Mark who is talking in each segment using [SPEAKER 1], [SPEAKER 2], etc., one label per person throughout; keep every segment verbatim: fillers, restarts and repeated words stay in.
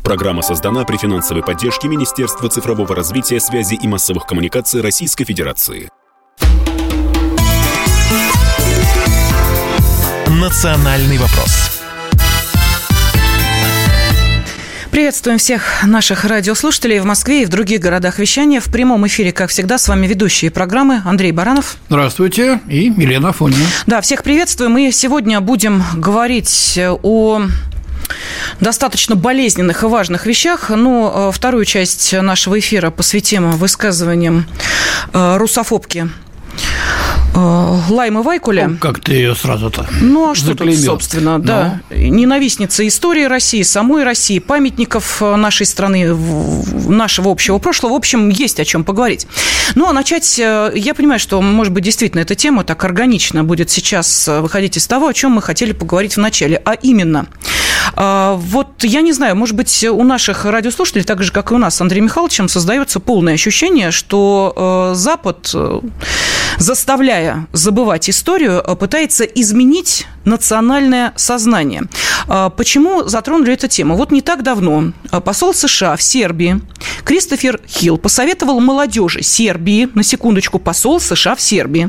[SPEAKER 1] Программа создана при финансовой поддержке Министерства цифрового развития, связи и массовых коммуникаций Российской Федерации.
[SPEAKER 2] Национальный вопрос.
[SPEAKER 3] Приветствуем всех наших радиослушателей в Москве и в других городах вещания. В прямом эфире, как всегда, с вами ведущие программы Андрей Баранов.
[SPEAKER 4] Здравствуйте. И Елена Афонина.
[SPEAKER 3] Да, всех приветствуем. Мы сегодня будем говорить о достаточно болезненных и важных вещах. Но вторую часть нашего эфира посвятим высказываниям русофобки Лаймы Вайкуле.
[SPEAKER 4] Ну, как ты ее сразу-то
[SPEAKER 3] Ну, а что
[SPEAKER 4] заклеймил?
[SPEAKER 3] Тут, собственно, да. Ну. Ненавистница истории России, самой России, памятников нашей страны, нашего общего прошлого. В общем, есть о чем поговорить. Ну, а начать, я понимаю, что, может быть, действительно, эта тема так органично будет сейчас выходить из того, о чем мы хотели поговорить в начале. А именно, вот, я не знаю, может быть, у наших радиослушателей, так же, как и у нас с Андреем Михайловичем, создается полное ощущение, что Запад, заставляя забывать историю, пытается изменить национальное сознание. Почему затронули эту тему? Вот не так давно посол США в Сербии Кристофер Хилл посоветовал молодежи Сербии, на секундочку, посол США в Сербии,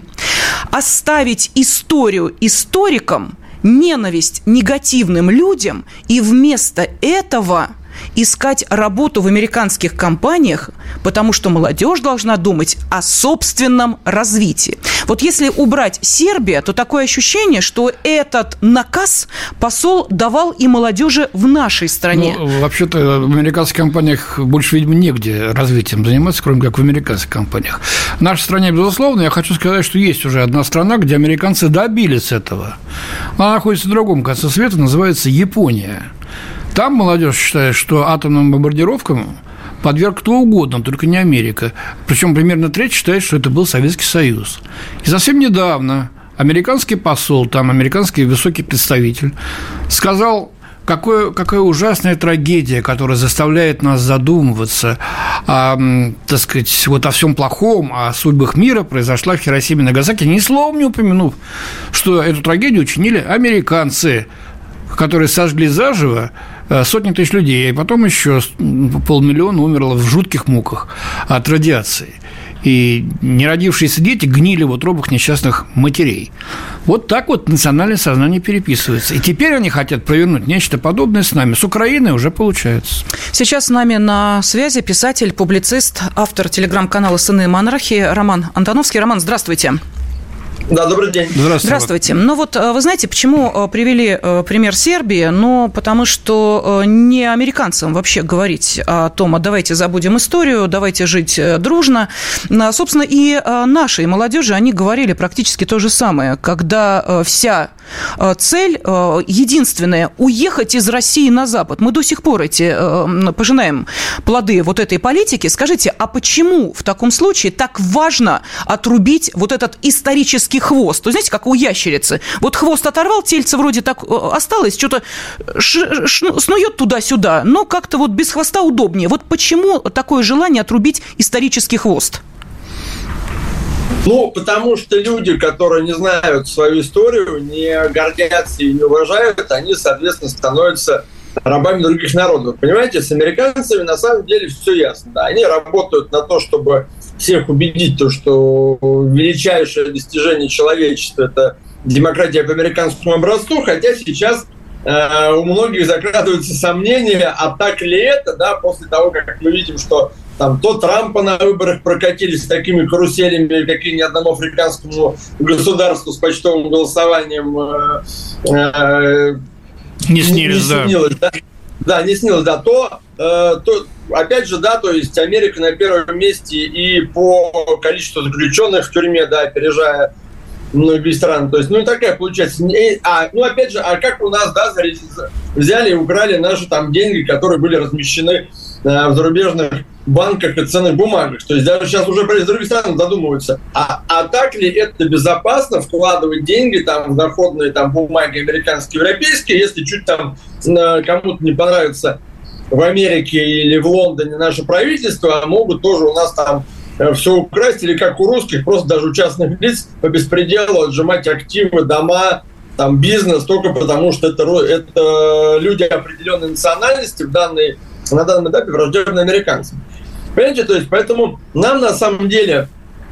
[SPEAKER 3] оставить историю историкам, ненависть негативным людям и вместо этого искать работу в американских компаниях, потому что молодежь должна думать о собственном развитии. Вот если убрать Сербию, то такое ощущение, что этот наказ посол давал и молодежи в нашей стране.
[SPEAKER 4] Ну, вообще-то в американских компаниях больше, видимо, негде развитием заниматься, кроме как в американских компаниях. В нашей стране, безусловно, я хочу сказать, что есть уже одна страна, где американцы добились этого. Она находится в другом конце света, называется Япония. Там молодежь считает, что атомным бомбардировкам подверг кто угодно, только не Америка. Причем примерно треть считает, что это был Советский Союз. И совсем недавно американский посол, там американский высокий представитель, сказал, какое, какая ужасная трагедия, которая заставляет нас задумываться о, так сказать, вот о всем плохом, о судьбах мира, произошла в Хиросиме и Нагасаки, ни словом не упомянув, что эту трагедию учинили американцы, которые сожгли заживо сотни тысяч людей, и потом еще полмиллиона умерло в жутких муках от радиации. И неродившиеся дети гнили в утробах несчастных матерей. Вот так вот национальное сознание переписывается. И теперь они хотят провернуть нечто подобное с нами. С Украиной уже получается.
[SPEAKER 3] Сейчас с нами на связи писатель, публицист, автор телеграм-канала «Сыны монархии» Роман Антоновский. Роман, здравствуйте.
[SPEAKER 5] Да, добрый день.
[SPEAKER 4] Здравствуйте.
[SPEAKER 3] Здравствуйте. Ну вот, вы знаете, почему привели пример Сербии? Ну, потому что не американцам вообще говорить о том, а давайте забудем историю, давайте жить дружно. Собственно, и нашей молодежи они говорили практически то же самое, когда вся цель единственная – уехать из России на Запад. Мы до сих пор эти пожинаем плоды вот этой политики. Скажите, а почему в таком случае так важно отрубить вот этот исторический хвост? То, знаете, как у ящерицы. Вот хвост оторвал, тельце вроде так осталось, что-то ш- ш- снует туда-сюда, но как-то вот без хвоста удобнее. Вот почему такое желание отрубить исторический хвост?
[SPEAKER 5] Ну, потому что люди, которые не знают свою историю, не гордятся и не уважают, они, соответственно, становятся рабами других народов. Понимаете, с американцами на самом деле все ясно. Да. Они работают на то, чтобы всех убедить, то, что величайшее достижение человечества – это демократия по американскому образцу, хотя сейчас э, у многих закрадываются сомнения, а так ли это, да, после того, как мы видим, что там то Трампа на выборах прокатились с такими каруселями, какие ни одному африканскому государству с почтовым голосованием э, э,
[SPEAKER 4] не снилось,
[SPEAKER 5] не, не снилось, да. да. Да, не снилось, да. То, э, то, опять же, да, то есть Америка на первом месте и по количеству заключенных в тюрьме, да, опережая многие страны. То есть, ну, такая получается. А, ну, опять же, а как у нас, да, взяли и украли наши там деньги, которые были размещены э, в зарубежных банках и ценных бумагах. То есть даже сейчас уже другие страны задумываются, а, а так ли это безопасно вкладывать деньги там, в доходные там, бумаги американские, европейские, если чуть там кому-то не понравится в Америке или в Лондоне наше правительство, а могут тоже у нас там все украсть, или как у русских, просто даже у частных лиц по беспределу отжимать активы, дома, там, бизнес, только потому что это, это люди определенной национальности в данный на данном этапе враждебны американцам. Понимаете, то есть поэтому нам на самом деле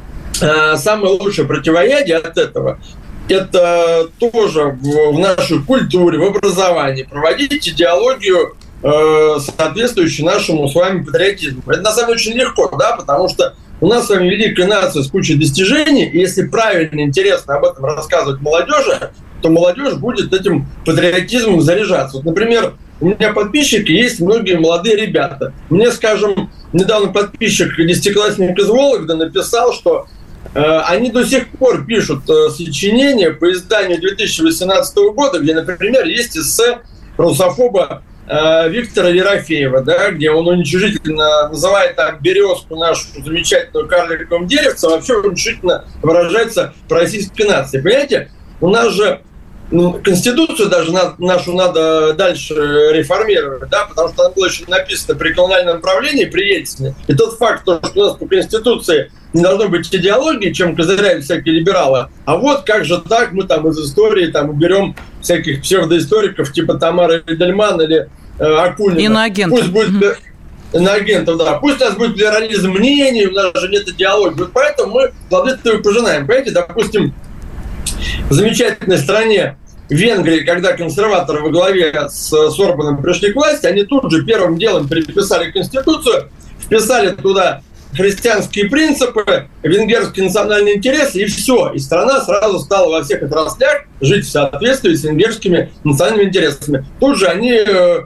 [SPEAKER 5] э, самое лучшее противоядие от этого – это тоже в, в нашей культуре, в образовании проводить идеологию, э, соответствующую нашему с вами патриотизму. Это на самом деле очень легко, да, потому что у нас с вами великая нация с кучей достижений, и если правильно, интересно об этом рассказывать молодежи, то молодежь будет этим патриотизмом заряжаться. Вот, например, у меня подписчики есть многие молодые ребята. Мне, скажем, недавно подписчик, десятиклассник из Вологды, написал, что э, они до сих пор пишут э, сочинения по изданию две тысячи восемнадцатого года, где, например, есть эссе русофоба э, Виктора Ерофеева, да, где он уничижительно называет там березку нашу замечательную карликовым деревцем, а вообще уничижительно выражается про российской нации. Понимаете, у нас же ну, Конституцию даже на, нашу надо дальше реформировать, да, потому что она была еще написана при колониальном правлении, при Ельцине. И тот факт, что у нас по Конституции не должно быть идеологии, чем козыряют всякие либералы, а вот как же так мы там из истории там уберем всяких псевдоисториков типа Тамары Эдельман или э, Акунина.
[SPEAKER 3] Иноагентов.
[SPEAKER 5] Пусть будет... Mm-hmm. Иноагентов, да. Пусть у нас будет плюрализм мнений, у нас же нет идеологии. Вот поэтому мы плоды этого пожинаем. Понимаете, допустим, в замечательной стране Венгрии, когда консерваторы во главе с, с Орбаном пришли к власти, они тут же первым делом переписали Конституцию, вписали туда христианские принципы, венгерские национальные интересы, и все. И страна сразу стала во всех отраслях жить в соответствии с венгерскими национальными интересами. Тут же они э,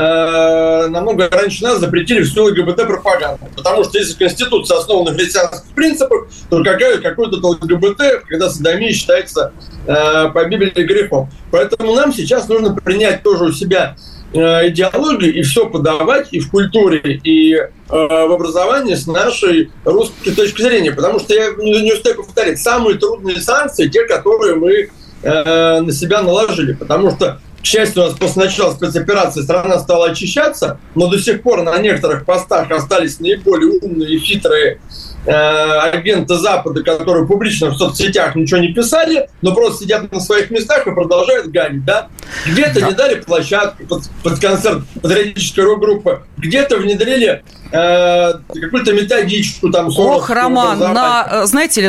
[SPEAKER 5] э, намного раньше нас запретили всю ЛГБТ-пропаганду. Потому что если Конституция основана на христианских принципах, то какая, какой-то ЛГБТ, когда содомия считается э, по Библии грехом. Поэтому нам сейчас нужно принять тоже у себя идеологию и все подавать и в культуре, и э, в образовании с нашей русской точки зрения. Потому что я не, не успею повторить, самые трудные санкции, те, которые мы э, на себя наложили. Потому что, к счастью, у нас после начала спецоперации страна стала очищаться, но до сих пор на некоторых постах остались наиболее умные и хитрые э, агенты Запада, которые публично в соцсетях ничего не писали, но просто сидят на своих местах и продолжают ганить, да? Где-то да. не дали площадку под, под концерт патриотической рок-группы, где-то внедрили э, какую-то методичку там.
[SPEAKER 3] Ох, Роман, на, знаете ли,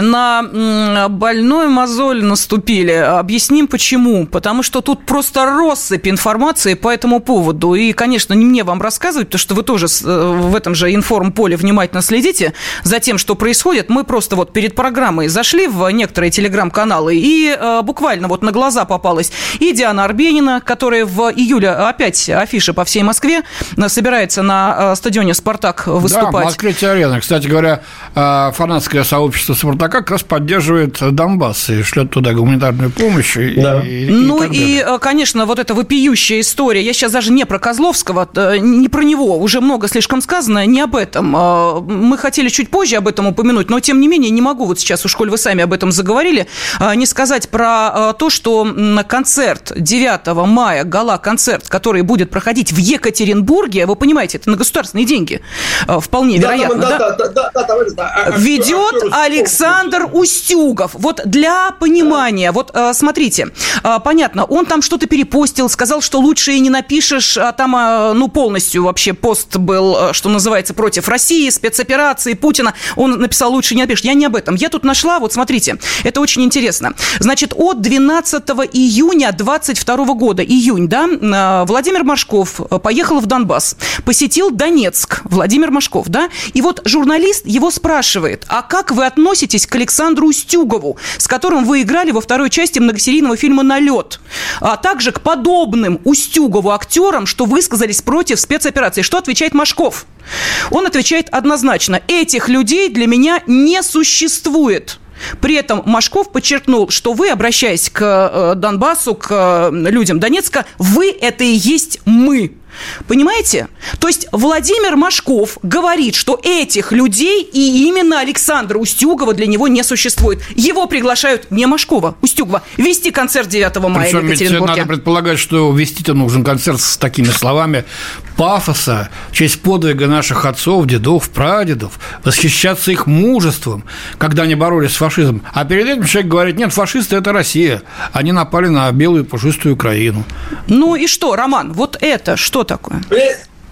[SPEAKER 3] на больную мозоль наступили. Объясним почему. Потому что тут просто россыпь информации по этому поводу. И, конечно, не мне вам рассказывать, потому что вы тоже в этом же информполе внимательно следите за тем, что происходит. Мы просто вот перед программой зашли в некоторые телеграм-каналы, и э, буквально вот на глаза попалась и Диана Арбенина, которая в июле опять афиша по всей Москве, собирается на стадионе «Спартак» выступать.
[SPEAKER 4] Да, в Москве-арена. Кстати говоря, фанатское сообщество «Спартака» как раз поддерживает Донбасс и шлет туда гуманитарную помощь. Да. И, и,
[SPEAKER 3] ну
[SPEAKER 4] и,
[SPEAKER 3] и, конечно, вот эта вопиющая история. Я сейчас даже не про Козловского, не про него. Уже много слишком сказано, не об этом. Мы хотели чуть позже об этом упомянуть, но, тем не менее, не могу вот сейчас, уж коль вы сами об этом заговорили, не сказать про то, что концерт девятого мая, гала-концерт, который будет проходить в Екатеринбурге, вы понимаете, это на государственные деньги, вполне да, вероятно, да? Да, да, да, да, да, да. Ведет Александр Устюгов. Вот для понимания, вот смотрите, понятно, он там что-то перепостил, сказал, что лучше и не напишешь, а там, ну, полностью вообще пост был, что называется, против России, спецоперации, Путина. Он написал, лучше не напишешь. Я не об этом. Я тут нашла, вот смотрите, это очень интересно. Значит, от двенадцатого июня двадцать второго года, июнь, да, Владимир Машков поехал в Донбасс, посетил Донецк, Владимир Машков, да, и вот журналист его спрашивает, а как вы относитесь к Александру Устюгову, с которым вы играли во второй части многосерийного фильма «Налет», а также к подобным Устюгову актерам, что высказались против спецоперации? Что отвечает Машков? Он отвечает однозначно: этих людей для меня не существует. При этом Машков подчеркнул, что вы, обращаясь к Донбассу, к людям Донецка, вы – это и есть мы. Понимаете? То есть Владимир Машков говорит, что этих людей и именно Александра Устюгова для него не существует. Его приглашают не Машкова, Устюгова, вести концерт девятого мая в Екатеринбурге.
[SPEAKER 4] Надо предполагать, что вести-то нужен концерт с такими словами пафоса, в честь подвига наших отцов, дедов, прадедов, восхищаться их мужеством, когда они боролись с фашизмом. А перед этим человек говорит: нет, фашисты – это Россия. Они напали на белую пушистую Украину.
[SPEAKER 3] Ну и что, Роман, вот это что такое?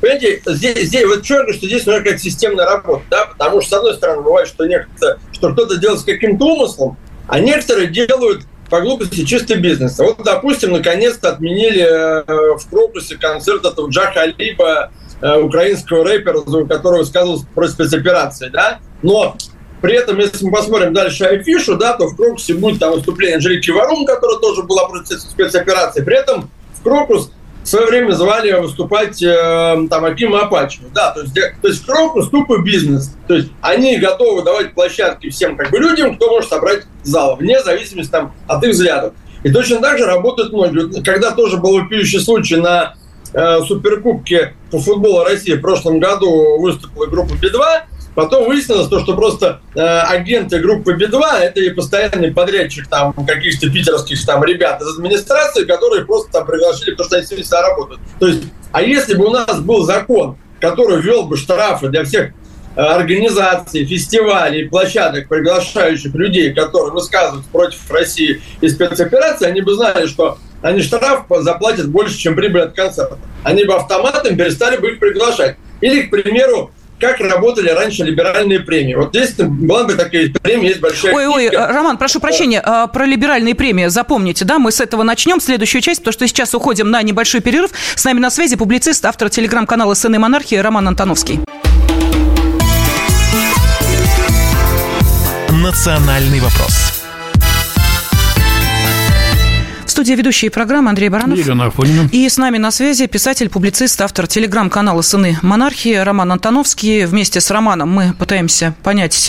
[SPEAKER 5] понимаете, здесь, здесь вот что я говорю, что здесь нужна какая-то системная работа, да, потому что, с одной стороны, бывает, что, некто, что кто-то делает с каким-то умыслом, а некоторые делают по глупости чистый бизнес. Вот, допустим, наконец-то отменили в Крокусе концерт этого Джа Халиба, украинского рэпера, который высказывался про спецоперации, да, но при этом, если мы посмотрим дальше афишу, да, то в Крокусе будет там выступление Анжелики Варум, которая тоже была против спецоперации. При этом в Крокус в свое время звали выступать э, там Акима Апачева. Да, то есть, то есть в Крокус тупый бизнес. То есть они готовы давать площадки всем как бы людям, кто может собрать зал, вне зависимости там, от их взглядов. И точно так же работают многие. Когда тоже был вопиющий случай на э, Суперкубке по футболу России в прошлом году выступила группа Би два, потом выяснилось то, что просто э, агенты группы Би два это и постоянный подрядчик там каких-то питерских там ребят из администрации, которые просто там приглашили, потому что они всегда работают. То есть, а если бы у нас был закон, который ввел бы штрафы для всех э, организаций, фестивалей, площадок, приглашающих людей, которые высказываются против России и спецоперации, они бы знали, что они штраф заплатят больше, чем прибыль от концерта. Они бы автоматом перестали бы их приглашать. Или, к примеру, как работали раньше либеральные премии. Вот здесь была бы такая премия, есть большая...
[SPEAKER 3] Ой-ой, Роман, прошу прощения, про либеральные премии запомните, да, мы с этого начнем следующую часть, потому что сейчас уходим на небольшой перерыв. С нами на связи публицист, автор телеграм-канала «Сыны монархии» Роман Антоновский.
[SPEAKER 2] Национальный вопрос.
[SPEAKER 3] В студии ведущие программы Андрей Баранов. И с нами на связи писатель, публицист, автор телеграм-канала «Сыны монархии» Роман Антоновский. Вместе с Романом мы пытаемся понять,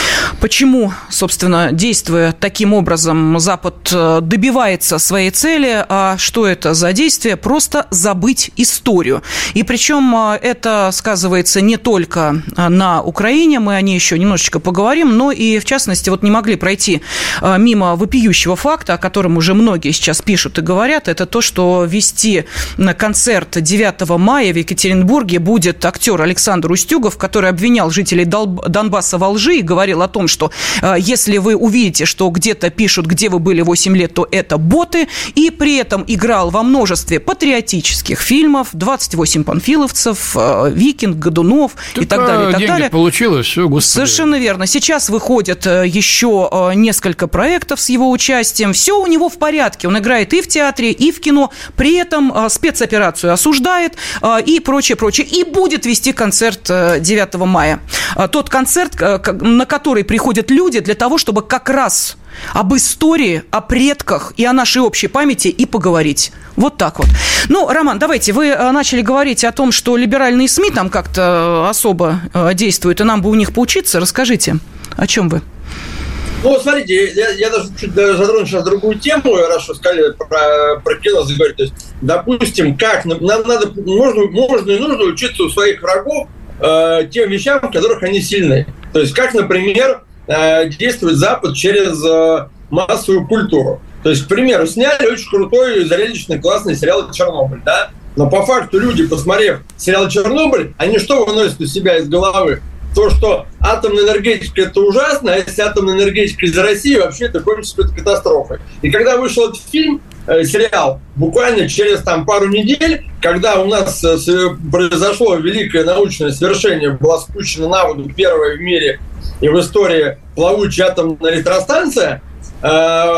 [SPEAKER 3] почему, собственно, действуя таким образом, Запад добивается своей цели, а что это за действие? Просто забыть историю. И причем это сказывается не только на Украине, мы о ней еще немножечко поговорим, но и, в частности, вот не могли пройти мимо вопиющего факта, о котором уже многие сейчас сейчас пишут и говорят, это то, что вести на концерт девятого мая в Екатеринбурге будет актер Александр Устюгов, который обвинял жителей Донбасса во лжи и говорил о том, что э, если вы увидите, что где-то пишут, где вы были восемь лет, то это боты, и при этом играл во множестве патриотических фильмов, двадцать восемь панфиловцев, э, Викинг, Годунов и так далее. И так далее.
[SPEAKER 4] Получилось, все, господи.
[SPEAKER 3] Совершенно верно. Сейчас выходит еще э, несколько проектов с его участием. Все у него в порядке. Он играет и в театре, и в кино, при этом э, спецоперацию осуждает э, и прочее, прочее. И будет вести концерт э, девятого мая. Э, тот концерт, э, на который приходят люди для того, чтобы как раз об истории, о предках и о нашей общей памяти и поговорить. Вот так вот. Ну, Роман, давайте, вы начали говорить о том, что либеральные СМИ там как-то особо э, действуют, и нам бы у них поучиться. Расскажите, о чем вы?
[SPEAKER 5] Ну, смотрите, я, я даже чуть затрону сейчас другую тему, раз что сказали про, про кино заговорить. То есть, допустим, как нам надо, можно, можно и нужно учиться у своих врагов э, тем вещам, в которых они сильны. То есть, как, например, э, действует Запад через э, массовую культуру. То есть, к примеру, сняли очень крутой, зрелищный, классный сериал «Чернобыль», да? Но по факту люди, посмотрев сериал «Чернобыль», они что выносят у себя из головы? То, что атомная энергетика – это ужасно, а если атомная энергетика из России, вообще это кончится какой-то катастрофой. И когда вышел этот фильм, э, сериал, буквально через там, пару недель, когда у нас э, произошло великое научное свершение, была спущена на воду первая в мире и в истории плавучая атомная электростанция, э,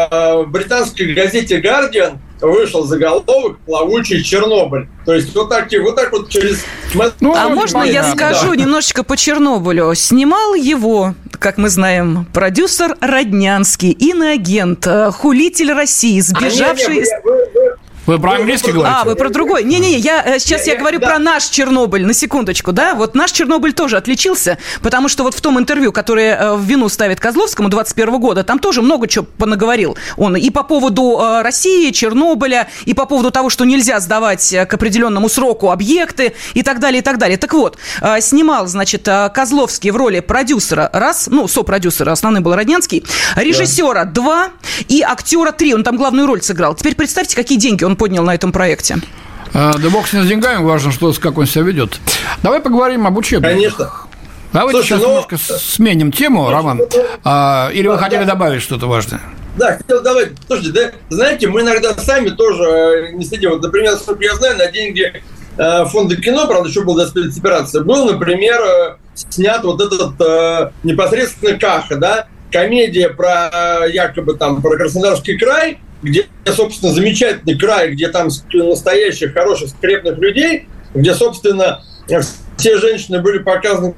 [SPEAKER 5] в британской газете «Гардиан» вышел заголовок «Плавучий Чернобыль». То есть вот так вот, так вот через...
[SPEAKER 3] Ну, а можно я да. скажу немножечко по Чернобылю? Снимал его, как мы знаем, продюсер Роднянский, иноагент, хулитель России, сбежавший... А, не, не, вы, вы, вы...
[SPEAKER 4] Вы про английский говорите?
[SPEAKER 3] А, вы про другой. Не-не-не, я, сейчас я, я, я говорю да. про наш Чернобыль, на секундочку, да? Вот наш Чернобыль тоже отличился, потому что вот в том интервью, которое в вину ставит Козловскому двадцать первого года, там тоже много чего понаговорил он. И по поводу России, Чернобыля, и по поводу того, что нельзя сдавать к определенному сроку объекты, и так далее, и так далее. Так вот, снимал, значит, Козловский в роли продюсера раз, ну, сопродюсера, основным был Роднянский, режиссера да. два и актера три. Он там главную роль сыграл. Теперь представьте, какие деньги он поднял на этом проекте.
[SPEAKER 4] Да бог с ним с деньгами, важно, что, как он себя ведет. Давай поговорим об учебниках.
[SPEAKER 5] Конечно.
[SPEAKER 4] Давайте Слушай, сейчас ну... немножко сменим тему, Слушай, Роман. Ну... А, или вы да, хотели да. добавить что-то важное?
[SPEAKER 5] Да, хотел добавить. Слушайте, да, знаете, мы иногда сами тоже не следим. Вот, например, сколько я знаю, на деньги фонда кино, правда, еще была спецоперация, был, например, снят вот этот э, непосредственно Каха, да, комедия про якобы там про Краснодарский край, где, собственно, замечательный край, где там настоящих, хороших, скрепных людей, где, собственно, все женщины были показаны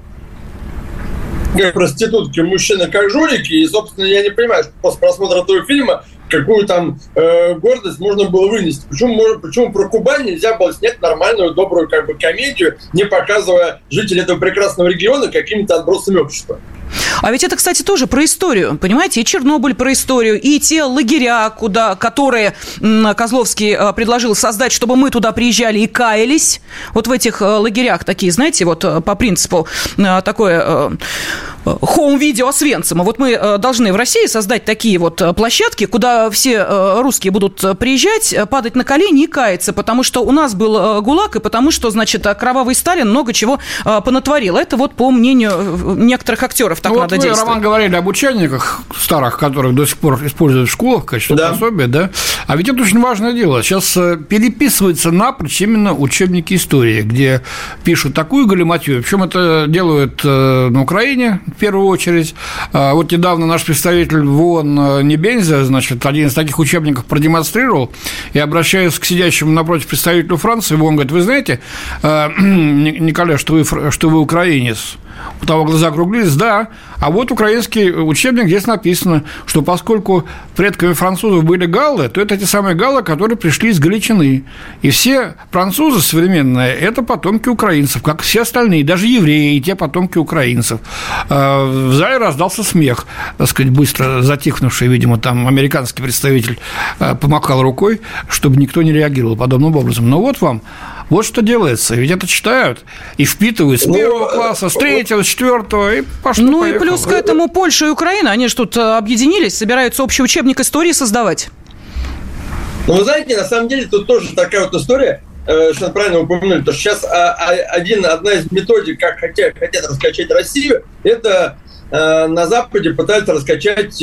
[SPEAKER 5] как проститутки, мужчины как жулики, и, собственно, я не понимаю, что после просмотра этого фильма какую там э, гордость можно было вынести. Почему, почему про Кубань нельзя было снять нормальную, добрую как бы комедию, не показывая жителей этого прекрасного региона какими-то отбросами общества?
[SPEAKER 3] А ведь это, кстати, тоже про историю, понимаете? И Чернобыль про историю, и те лагеря, куда, которые Козловский предложил создать, чтобы мы туда приезжали и каялись. Вот в этих лагерях такие, знаете, вот по принципу такое хоум-видео Освенцима. Вот мы должны в России создать такие вот площадки, куда все русские будут приезжать, падать на колени и каяться, потому что у нас был ГУЛАГ, и потому что, значит, кровавый Сталин много чего понатворил. Это вот по мнению некоторых актеров так ну, надо вот действовать.
[SPEAKER 4] Роман, говорили об учебниках старых, которых до сих пор используют в школах в качестве да. пособия, да? А ведь это очень важное дело. Сейчас переписываются напрочь именно учебники истории, где пишут такую галиматью, причем это делают на Украине в первую очередь. Вот недавно наш представитель в ООН Небензя, значит, один из таких учебников продемонстрировал, и, обращаясь к сидящему напротив представителю Франции, он говорит: вы знаете, Николай, что вы, что вы украинец? У того глаза округлились, да. А вот украинский учебник, здесь написано, что поскольку предками французов были галлы, то это те самые галлы, которые пришли из Галичины. И все французы современные – это потомки украинцев, как все остальные, даже евреи, и те потомки украинцев. В зале раздался смех, так сказать, быстро затихнувший, видимо, там американский представитель помахал рукой, чтобы никто не реагировал подобным образом. Но вот вам, вот что делается. Ведь это читают и впитывают с первого класса, с третьего, с четвертого, и пошло.
[SPEAKER 3] Ну и плюс к этому Польша и Украина, они же тут объединились, собираются общий учебник истории создавать.
[SPEAKER 5] Ну, вы знаете, на самом деле тут тоже такая вот история, что правильно упомянули, потому что сейчас один, одна из методик, как хотят, хотят раскачать Россию, это на Западе пытаются раскачать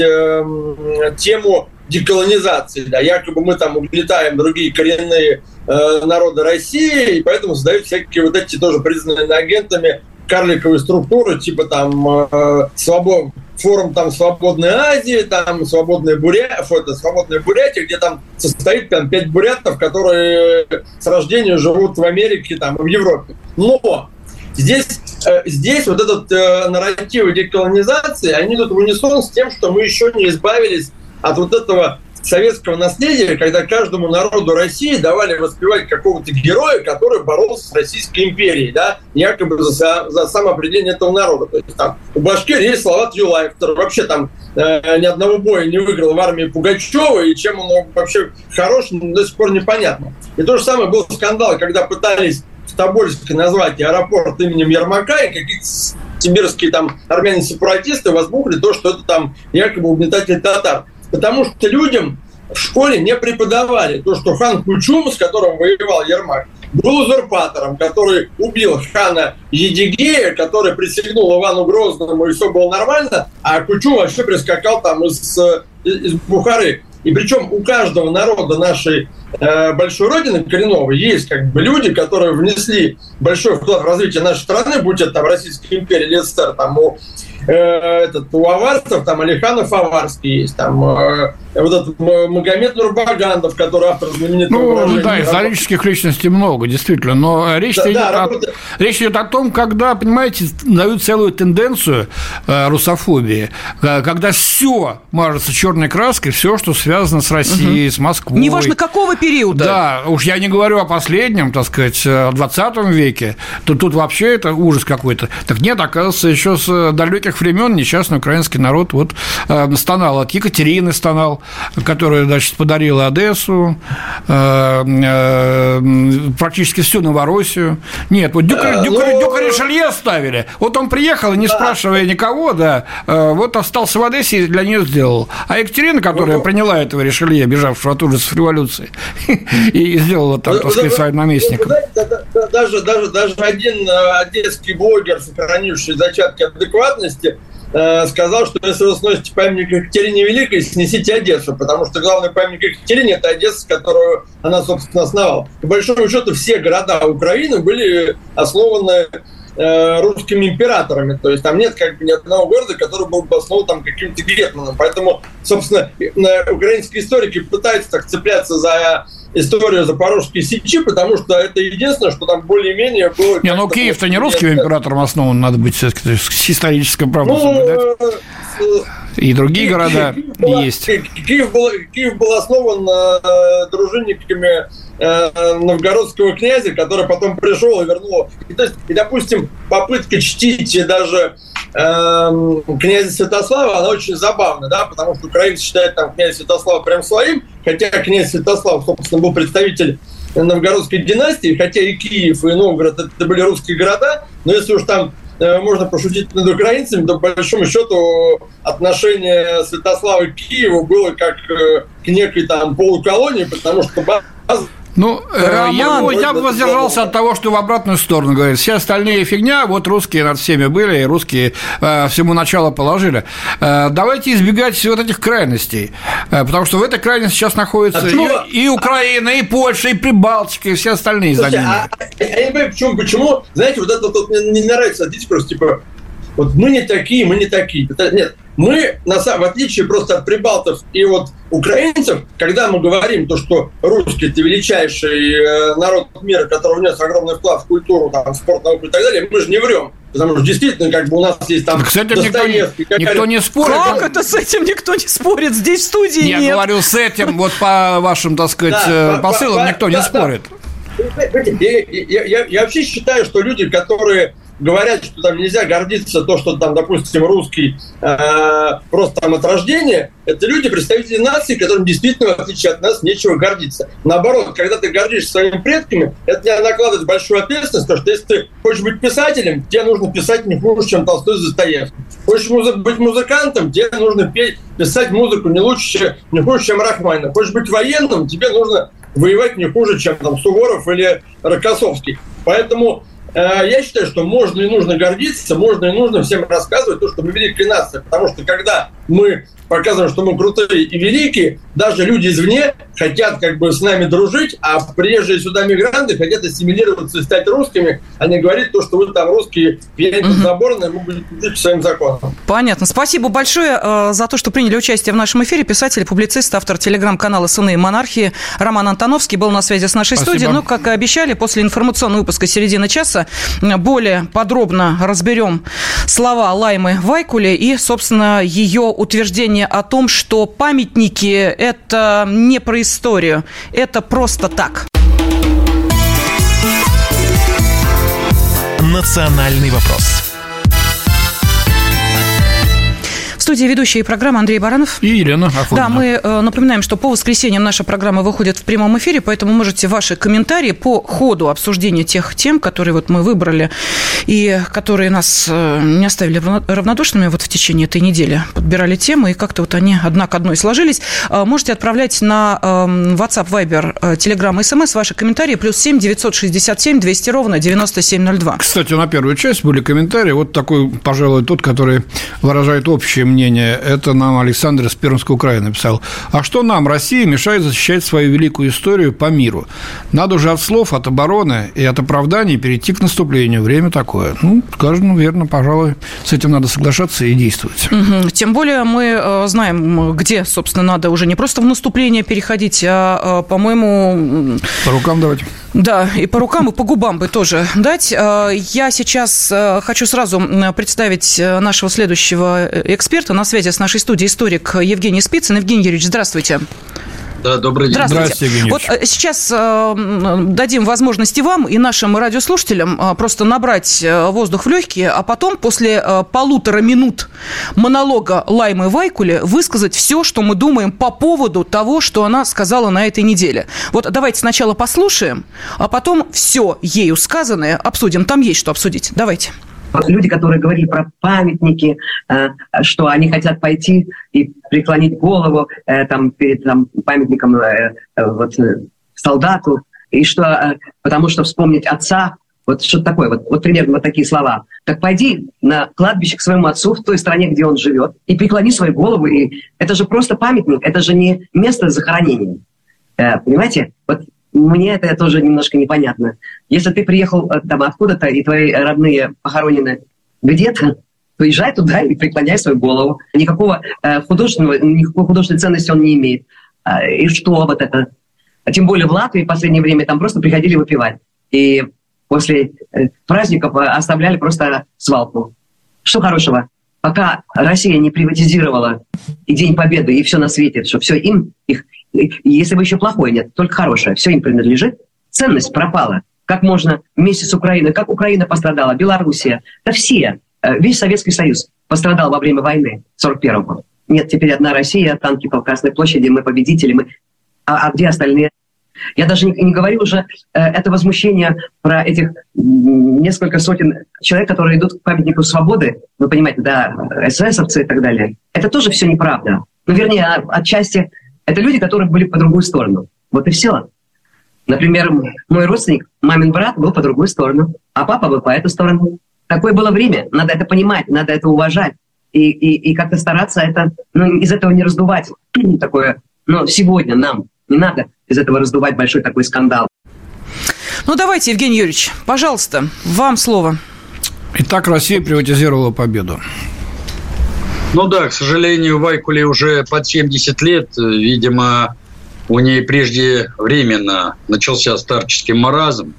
[SPEAKER 5] тему деколонизации, да, якобы мы там угнетаем другие коренные э, народы России, и поэтому создают всякие вот эти тоже признанные агентами карликовые структуры, типа там э, свобод... форум там Свободной Азии, там свободная Буря... фото, свободная Бурятия, где там состоит там пять бурятов, которые с рождения живут в Америке, там, в Европе. Но здесь, э, здесь вот этот э, нарратив деколонизации, они идут в унисон с тем, что мы еще не избавились от вот этого советского наследия, когда каждому народу России давали воспевать какого-то героя, который боролся с Российской империей, да, якобы за, за самоопределение этого народа. То есть там у Башкирии есть Салават Юлаев, который вообще там э, ни одного боя не выиграл в армии Пугачева, и чем он вообще хорош, до сих пор непонятно. И то же самое был скандал, когда пытались в Тобольске назвать аэропорт именем Ермака, и какие-то сибирские там армяне-сепаратисты возбухли то, что это там якобы угнетатель татар. Потому что людям в школе не преподавали то, что хан Кучум, с которым воевал Ермак, был узурпатором, который убил хана Едигея, который присягнул Ивану Грозному, и все было нормально, а Кучум вообще прискакал там из, из Бухары. И причем у каждого народа нашей э, большой родины коренной есть как бы люди, которые внесли большой вклад в развитие нашей страны, будь это там Российская империя или СССР, там у, э, этот, у аварцев, там Алиханов Аварский есть, там э, вот этот Магомед Нурбагандов, который автор знаменитого
[SPEAKER 4] Ну,
[SPEAKER 5] выражения.
[SPEAKER 4] да, исторических личностей много, действительно, но речь, да, идет, да, о, речь идет о том, когда, понимаете, дают целую тенденцию э, русофобии, когда все мажется черной краской, все, что связано с Россией, угу. с Москвой.
[SPEAKER 3] Неважно, какого периода.
[SPEAKER 4] Да, уж я не говорю о последнем, так сказать, двадцатом веке, то тут вообще это ужас какой-то. Так нет, оказывается, еще с далеких времен несчастный украинский народ вот э, стонал, от Екатерины стонал, которая, значит, подарила Одессу, э, э, практически всю Новороссию. Нет, вот Дюка, Дюка, ну... Дюка Ришелье оставили. Вот он приехал, не спрашивая никого, да, э, вот остался в Одессе и для нее сделал. А Екатерина, которая ну... приняла этого Ришелье, бежавшего от ужасов революции, и сделала там, так сказать, своим наместником.
[SPEAKER 5] Даже, даже, даже один одесский блогер, сохранивший зачатки адекватности, э, сказал, что если вы сносите памятник Екатерине Великой, снесите Одессу, потому что главный памятник Екатерине – это Одесса, которую она, собственно, основала. По большому счету, все города Украины были основаны э, русскими императорами, то есть там нет как бы ни одного города, который был бы основан там каким-то гетманом. Поэтому, собственно, украинские историки пытаются так цепляться за историю Запорожской Сечи, потому что это единственное, что там более-менее было...
[SPEAKER 4] Не, ну Киев-то не русским императором основан, надо быть все-таки с исторической правдой
[SPEAKER 5] ну,
[SPEAKER 4] соблюдать. И другие Киев, города
[SPEAKER 5] Киев была,
[SPEAKER 4] есть.
[SPEAKER 5] Киев был, Киев был основан э, дружинниками э, новгородского князя, который потом пришел и вернул. И, то есть, и допустим, попытка чтить даже э, князя Святослава, она очень забавна, да, потому что украинцы считают там князя Святослава прям своим, хотя князь Святослав, собственно, был представитель новгородской династии, хотя и Киев, и Новгород – это были русские города, но если уж там можно пошутить над украинцами, то, по большому счету, отношение Святослава к Киеву было как к некой там полуколонии, потому что база...
[SPEAKER 4] Ну, Роман, я, я бы воздержался от того, что в обратную сторону говорит. Все остальные фигня, вот русские над всеми были, и русские э, всему начало положили. Э, давайте избегать вот этих крайностей, э, потому что в этой крайности сейчас находятся а и, и Украина, и Польша, и Прибалтика, и все остальные.
[SPEAKER 5] Слушайте, а, а, я не понимаю, почему, почему, знаете, вот это вот мне не нравится дискурс, типа, вот мы не такие, мы не такие. Это, нет, мы, на самом, в отличие просто от прибалтов и вот украинцев, когда мы говорим то, что русские – это величайший э, народ мира, который внес огромный вклад в культуру, там, в спорт, науку и так далее, мы же не врем. Потому что действительно, как бы у нас есть там
[SPEAKER 4] Достоевский. Никто, никто не спорит.
[SPEAKER 3] Как это с этим никто не спорит? Здесь в студии
[SPEAKER 4] я
[SPEAKER 3] нет.
[SPEAKER 4] Я говорю, с этим, вот по вашим, так сказать, да, посылам по, никто по, не да, спорит.
[SPEAKER 5] Да. Я, я, я, я вообще считаю, что люди, которые говорят, что там нельзя гордиться то, что там, допустим, русский э, просто там от рождения, это люди, представители нации, которым действительно, в отличие от нас, нечего гордиться. Наоборот, когда ты гордишься своими предками, это тебе накладывает большую ответственность, потому что если ты хочешь быть писателем, тебе нужно писать не хуже, чем Толстой с Достоевским. Хочешь музы- быть музыкантом, тебе нужно петь, писать музыку не лучше, не хуже, чем Рахманинов. Хочешь быть военным, тебе нужно воевать не хуже, чем там Суворов или Рокоссовский. Поэтому я считаю, что можно и нужно гордиться, можно и нужно всем рассказывать то, что мы великая нация. Потому что когда мы показываем, что мы крутые и великие, даже люди извне хотят как бы с нами дружить, а приезжие сюда мигранты хотят ассимилироваться и стать русскими, а не говорить то, что вы там русские, пьяные поднаборные, мы будем жить по своим законам.
[SPEAKER 3] Понятно. Спасибо большое э, за то, что приняли участие в нашем эфире. Писатель, публицист, автор телеграм-канала «Сыны монархии» Роман Антоновский был на связи с нашей Спасибо. студией. Ну, как и обещали, после информационного выпуска середины часа более подробно разберем слова Лаймы Вайкуле и, собственно, ее утверждение о том, что памятники – это не про историю, это просто так.
[SPEAKER 2] Национальный вопрос.
[SPEAKER 3] В студии ведущие программы Андрей Баранов
[SPEAKER 4] и Елена Афонина.
[SPEAKER 3] Да, мы э, напоминаем, что по воскресеньям наша программа выходит в прямом эфире, поэтому можете ваши комментарии по ходу обсуждения тех тем, которые вот мы выбрали и которые нас э, не оставили равнодушными вот в течение этой недели. Подбирали темы, и как-то вот они одна к одной сложились. Э, можете отправлять на э, WhatsApp, Viber, э, Telegram, эс эм эс ваши комментарии. Плюс семь девятьсот шестьдесят семь двести ровно девяносто семь ноль два.
[SPEAKER 4] Кстати, на первую часть были комментарии. Вот такой, пожалуй, тот, который выражает общее мнение. Это нам Александр из Пермской края написал. А что нам, Россия, мешает защищать свою великую историю по миру? Надо уже от слов, от обороны и от оправданий перейти к наступлению. Время такое. Ну, скажем, верно, пожалуй, с этим надо соглашаться и действовать.
[SPEAKER 3] Угу. Тем более мы знаем, где, собственно, надо уже не просто в наступление переходить, а, по-моему...
[SPEAKER 4] По рукам давать.
[SPEAKER 3] Да, и по рукам, и по губам бы тоже дать. Я сейчас хочу сразу представить нашего следующего эксперта. На связи с нашей студией историк Евгений Спицын. Евгений Юрьевич, здравствуйте.
[SPEAKER 6] Да, добрый день.
[SPEAKER 3] Здравствуйте.
[SPEAKER 4] Здравствуйте, Евгений
[SPEAKER 3] Вот сейчас э, дадим возможность и вам, и нашим радиослушателям э, просто набрать э, воздух в легкие, а потом после э, полутора минут монолога Лаймы Вайкуле высказать все, что мы думаем по поводу того, что она сказала на этой неделе. Вот давайте сначала послушаем, а потом все ею сказанное обсудим. Там есть что обсудить. Давайте.
[SPEAKER 7] Люди, которые говорили про памятники, что они хотят пойти и преклонить голову там, перед там, памятником вот, солдату, и что, потому что вспомнить отца, Вот что-то такое, вот, вот примерно вот такие слова. Так пойди на кладбище к своему отцу в той стране, где он живет, и преклони свою голову. И это же просто памятник, это же не место захоронения. Э, понимаете? Вот мне это тоже немножко непонятно. Если ты приехал там откуда-то, и твои родные похоронены где-то, то езжай туда и преклоняй свою голову. Никакого э, художественного, никакой художественной ценности он не имеет. Э, и что вот это? А тем более в Латвии в последнее время там просто приходили выпивать. И после праздников оставляли просто свалку. Что хорошего? Пока Россия не приватизировала и День Победы, и все на свете, что все им, их, если бы еще плохое нет, только хорошее, все им принадлежит, ценность пропала. Как можно вместе с Украиной, как Украина пострадала, Белоруссия, да все, весь Советский Союз пострадал во время войны сорок первого. Нет, теперь одна Россия, танки по Красной площади, мы победители, мы... А, а где остальные? Я даже не, не говорю уже э, это возмущение про этих несколько сотен человек, которые идут к памятнику свободы, вы понимаете, да, эсэсовцы и так далее. Это тоже все неправда. Ну, вернее, отчасти это люди, которые были по другую сторону. Вот и все. Например, мой родственник, мамин брат, был по другую сторону, а папа был по эту сторону. Такое было время, надо это понимать, надо это уважать. И, и, и как-то стараться это, ну, из этого не раздувать такое, ну, сегодня нам не надо из этого раздувать большой такой скандал.
[SPEAKER 3] Ну, давайте, Евгений Юрьевич, пожалуйста, вам слово.
[SPEAKER 4] Итак, Россия приватизировала победу.
[SPEAKER 6] Ну да, к сожалению, Вайкуле уже под семьдесят лет. Видимо, у ней преждевременно начался старческий маразм.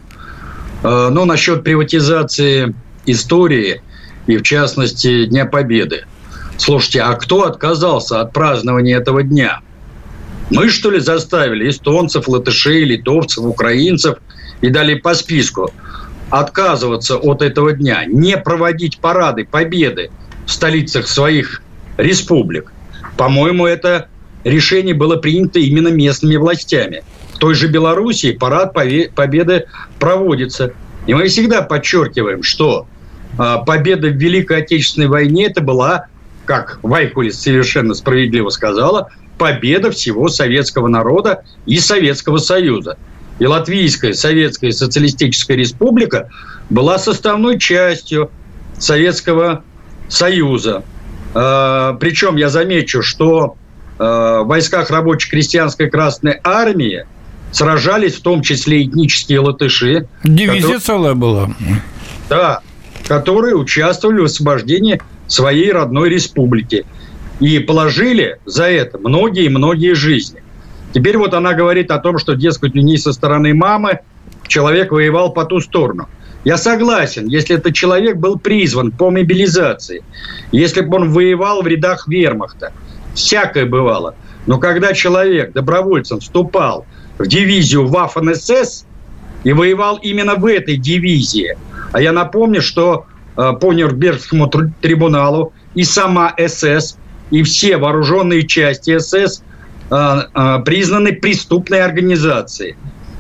[SPEAKER 6] Но насчет приватизации истории и, в частности, Дня Победы. Слушайте, а кто отказался от празднования этого дня? Мы, что ли, заставили эстонцев, латышей, литовцев, украинцев и далее по списку отказываться от этого дня, не проводить парады победы в столицах своих республик? По-моему, это решение было принято именно местными властями. В той же Белоруссии парад победы проводится. И мы всегда подчеркиваем, что победа в Великой Отечественной войне – это была, как Вайкуле совершенно справедливо сказала, победа всего советского народа и Советского Союза. И Латвийская Советская Социалистическая Республика была составной частью Советского Союза. Причем я замечу, что в войсках рабоче-крестьянской Красной Армии сражались в том числе этнические латыши.
[SPEAKER 4] Дивизия
[SPEAKER 6] которые,
[SPEAKER 4] целая была.
[SPEAKER 6] Да, которые участвовали в освобождении своей родной республики. И положили за это многие-многие жизни. Теперь вот она говорит о том, что, дескать, у нее со стороны мамы человек воевал по ту сторону. Я согласен, если этот человек был призван по мобилизации, если бы он воевал в рядах вермахта, всякое бывало. Но когда человек добровольцем вступал в дивизию Waffen-эс эс и воевал именно в этой дивизии, а я напомню, что э, по Нюрнбергскому трибуналу и сама эс эс, и все вооруженные части эс эс э, э, признаны преступной организацией.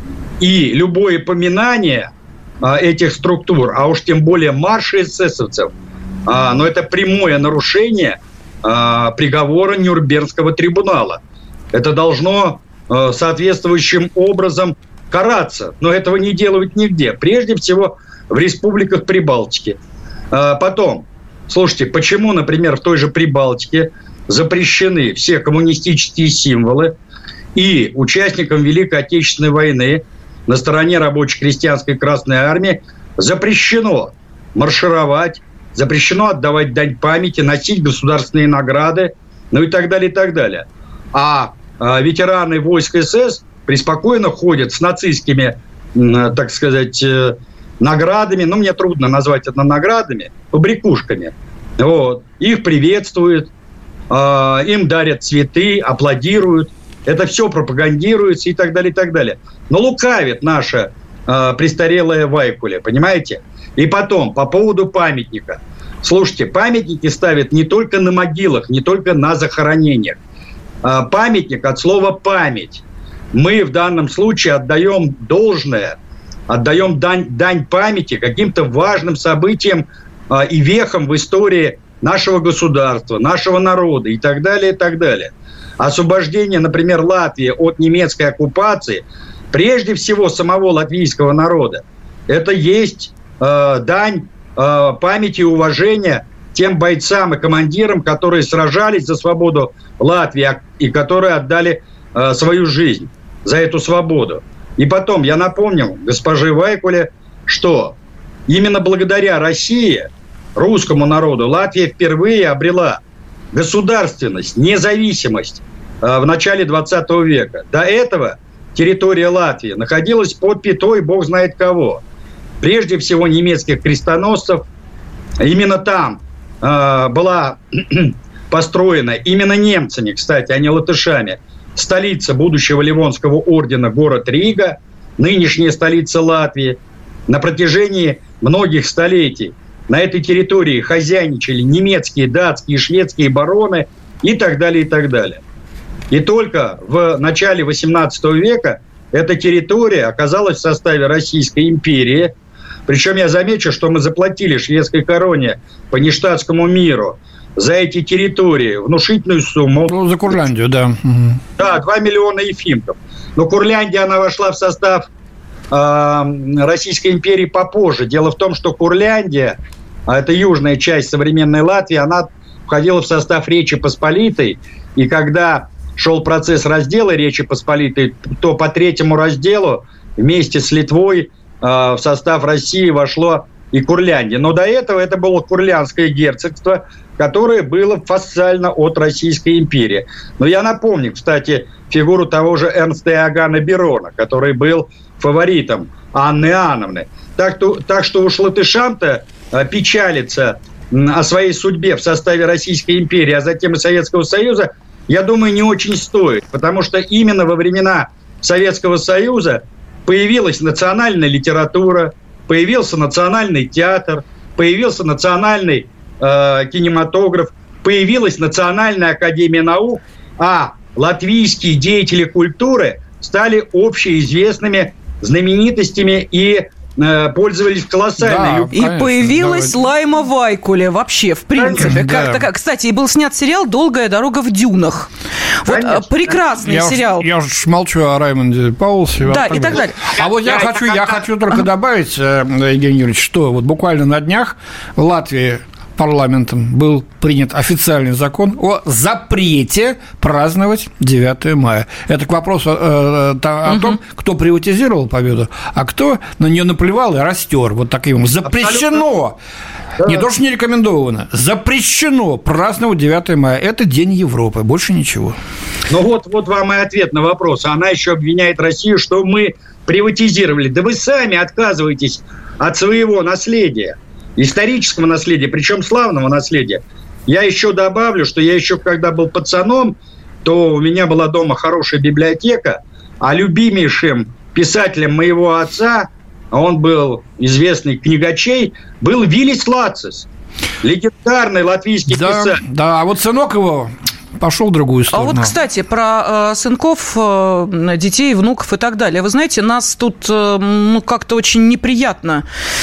[SPEAKER 6] И любое поминание э, этих структур, а уж тем более марши эсэсовцев, э, но это прямое нарушение э, приговора Нюрнбергского трибунала. Это должно э, соответствующим образом караться, но этого не делают нигде. Прежде всего в республиках Прибалтики. Э, потом, слушайте, почему, например, в той же Прибалтике запрещены все коммунистические символы, и участникам Великой Отечественной войны на стороне рабоче-крестьянской Красной Армии запрещено маршировать, запрещено отдавать дань памяти, носить государственные награды, ну и так далее, и так далее. А, а ветераны войск эс эс преспокойно ходят с нацистскими, так сказать, наградами, ну, мне трудно назвать это наградами, побрякушками. Вот. Их приветствуют, э, им дарят цветы, аплодируют. Это все пропагандируется и так далее, и так далее. Но лукавит наша э, престарелая Вайкуле, понимаете? И потом, по поводу памятника. Слушайте, памятники ставят не только на могилах, не только на захоронениях. Э, памятник от слова «память». Мы в данном случае отдаем должное, отдаем дань, дань памяти каким-то важным событиям э, и вехам в истории нашего государства, нашего народа и так далее, и так далее. Освобождение, например, Латвии от немецкой оккупации, прежде всего самого латвийского народа, это есть э, дань э, памяти и уважения тем бойцам и командирам, которые сражались за свободу Латвии и которые отдали э, свою жизнь за эту свободу. И потом, я напомню госпоже Вайкуле, что именно благодаря России, русскому народу, Латвия впервые обрела государственность, независимость э, в начале двадцатого века. До этого территория Латвии находилась под пятой бог знает кого. Прежде всего немецких крестоносцев. Именно там э, была построена, именно немцами, кстати, а не латышами, столица будущего Ливонского ордена, город Рига, нынешняя столица Латвии. На протяжении многих столетий на этой территории хозяйничали немецкие, датские, шведские бароны и так далее, и так далее. И только в начале восемнадцатого века эта территория оказалась в составе Российской империи. Причем я замечу, что мы заплатили шведской короне по нештатскому миру за эти территории внушительную сумму.
[SPEAKER 4] Ну, за Курляндию, да.
[SPEAKER 6] Да, два миллиона ефимков. Но Курляндия, она вошла в состав э, Российской империи попозже. Дело в том, что Курляндия, это южная часть современной Латвии, она входила в состав Речи Посполитой. И когда шел процесс раздела Речи Посполитой, то по третьему разделу вместе с Литвой э, в состав России вошло и Курляндия. Но до этого это было Курляндское герцогство, которое было фассально от Российской империи. Но я напомню, кстати, фигуру того же Эрнста Иоганна Берона, который был фаворитом Анны Иоанновны. Так, то, так что уж латышам-то э, печалиться о своей судьбе в составе Российской империи, а затем и Советского Союза, я думаю, не очень стоит. Потому что именно во времена Советского Союза появилась национальная литература, появился национальный театр, появился национальный э, кинематограф, появилась Национальная академия наук, а латвийские деятели культуры стали общеизвестными знаменитостями и э, пользовались колоссальной...
[SPEAKER 3] Да, и конечно, появилась давайте. Лайма Вайкуле вообще, в принципе. Как, да. Кстати, и был снят сериал «Долгая дорога в дюнах». Вот конечно, прекрасный
[SPEAKER 4] я
[SPEAKER 3] сериал.
[SPEAKER 4] Уж, я уж молчу о Раймонде Паулсе.
[SPEAKER 3] Да, и так далее.
[SPEAKER 4] А вот я, я хочу, я хочу только добавить, Евгений Юрьевич, что вот буквально на днях в Латвии парламентом был принят официальный закон о запрете праздновать девятое мая. Это к вопросу э, о угу. том, кто приватизировал победу, а кто на нее наплевал и растер. Вот таким запрещено. Да. Не то, что не рекомендовано. Запрещено праздновать девятое мая. Это День Европы. Больше ничего.
[SPEAKER 6] Ну вот, вот вам и ответ на вопрос. Она еще обвиняет Россию, что мы приватизировали. Да вы сами отказываетесь от своего наследия. Исторического наследия, причем славного наследия. Я еще добавлю, что я еще, когда был пацаном, то у меня была дома хорошая библиотека, а любимейшим писателем моего отца, он был известный книгачей, был Вилис Лацис, легендарный латвийский
[SPEAKER 4] да,
[SPEAKER 6] писатель.
[SPEAKER 4] Да, а вот сынок его... пошел в другую сторону.
[SPEAKER 3] А вот, кстати, про э, сынков, э, детей, внуков и так далее. Вы знаете, нас тут э, ну, как-то очень неприятно